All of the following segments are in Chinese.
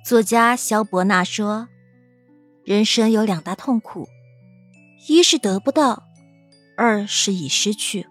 作家萧伯纳说，人生有2大痛苦，一是得不到，二是已失去。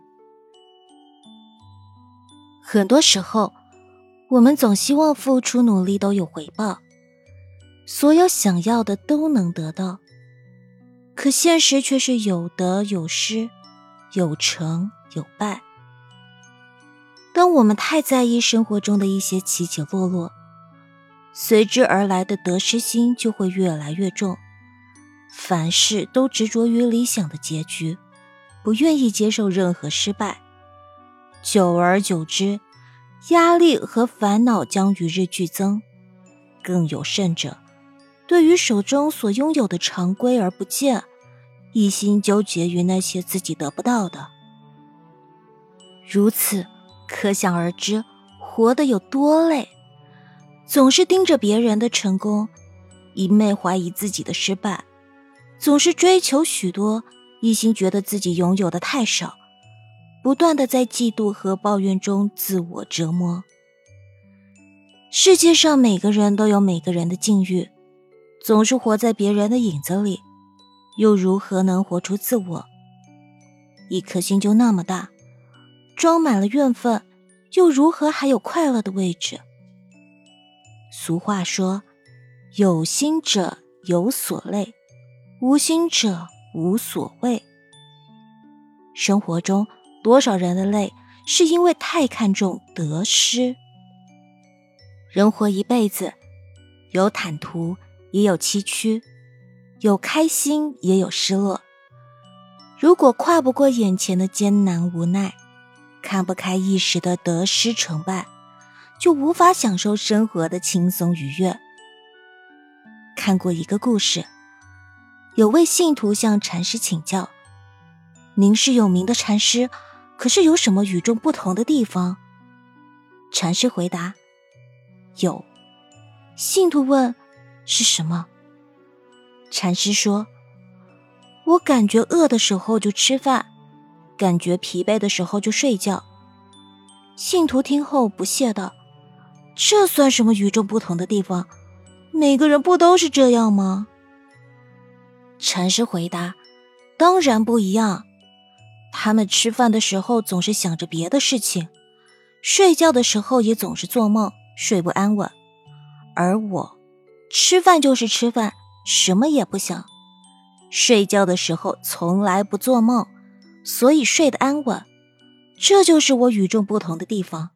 很多时候，我们总希望付出努力都有回报，所有想要的都能得到，可现实却是有得有失，有成有败。当我们太在意生活中的一些起起落落，随之而来的得失心就会越来越重，凡事都执着于理想的结局，不愿意接受任何失败。久而久之，压力和烦恼将与日俱增。更有甚者，对于手中所拥有的常规而不见，一心纠结于那些自己得不到的。如此，可想而知，活得有多累。总是盯着别人的成功，一昧怀疑自己的失败，总是追求许多，一心觉得自己拥有的太少，不断地在嫉妒和抱怨中自我折磨。世界上每个人都有每个人的境遇，总是活在别人的影子里，又如何能活出自我？一颗心就那么大，装满了怨愤，又如何还有快乐的位置？俗话说，有心者有所累，无心者无所谓。生活中多少人的累，是因为太看重得失。人活一辈子，有坦途也有崎岖，有开心也有失落。如果跨不过眼前的艰难无奈，看不开一时的得失成败，就无法享受生活的轻松愉悦。看过一个故事，有位信徒向禅师请教，您是有名的禅师，可是有什么与众不同的地方？禅师回答，有。信徒问，是什么？禅师说，我感觉饿的时候就吃饭，感觉疲惫的时候就睡觉。信徒听后不屑道，这算什么与众不同的地方？每个人不都是这样吗？禅师回答，当然不一样。他们吃饭的时候总是想着别的事情，睡觉的时候也总是做梦，睡不安稳。而我，吃饭就是吃饭，什么也不想。睡觉的时候从来不做梦，所以睡得安稳。这就是我与众不同的地方。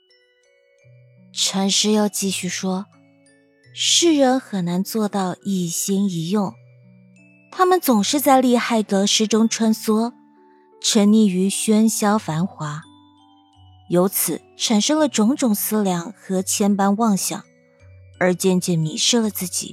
禅师又继续说，世人很难做到一心一用，他们总是在利害得失中穿梭，沉溺于喧嚣繁华，由此产生了种种思量和千般妄想，而渐渐迷失了自己。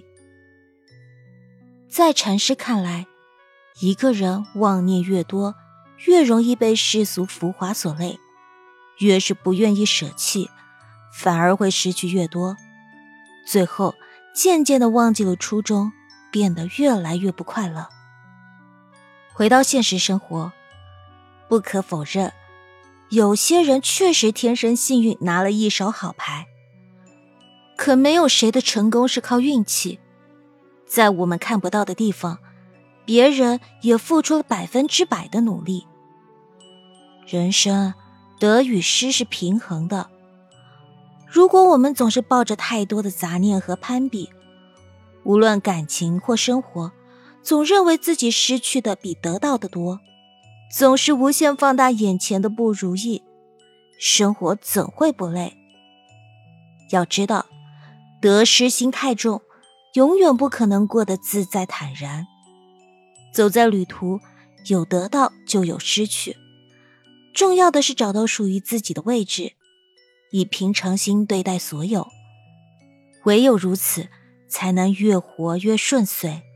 在禅师看来，一个人妄念越多，越容易被世俗浮华所累，越是不愿意舍弃，反而会失去越多，最后渐渐地忘记了初衷，变得越来越不快乐。回到现实生活，不可否认，有些人确实天生幸运，拿了一手好牌，可没有谁的成功是靠运气。在我们看不到的地方，别人也付出了100%的努力。人生得与失是平衡的，如果我们总是抱着太多的杂念和攀比，无论感情或生活，总认为自己失去的比得到的多，总是无限放大眼前的不如意，生活怎会不累？要知道，得失心太重，永远不可能过得自在坦然。走在旅途，有得到就有失去，重要的是找到属于自己的位置，以平常心对待所有，唯有如此，才能越活越顺遂。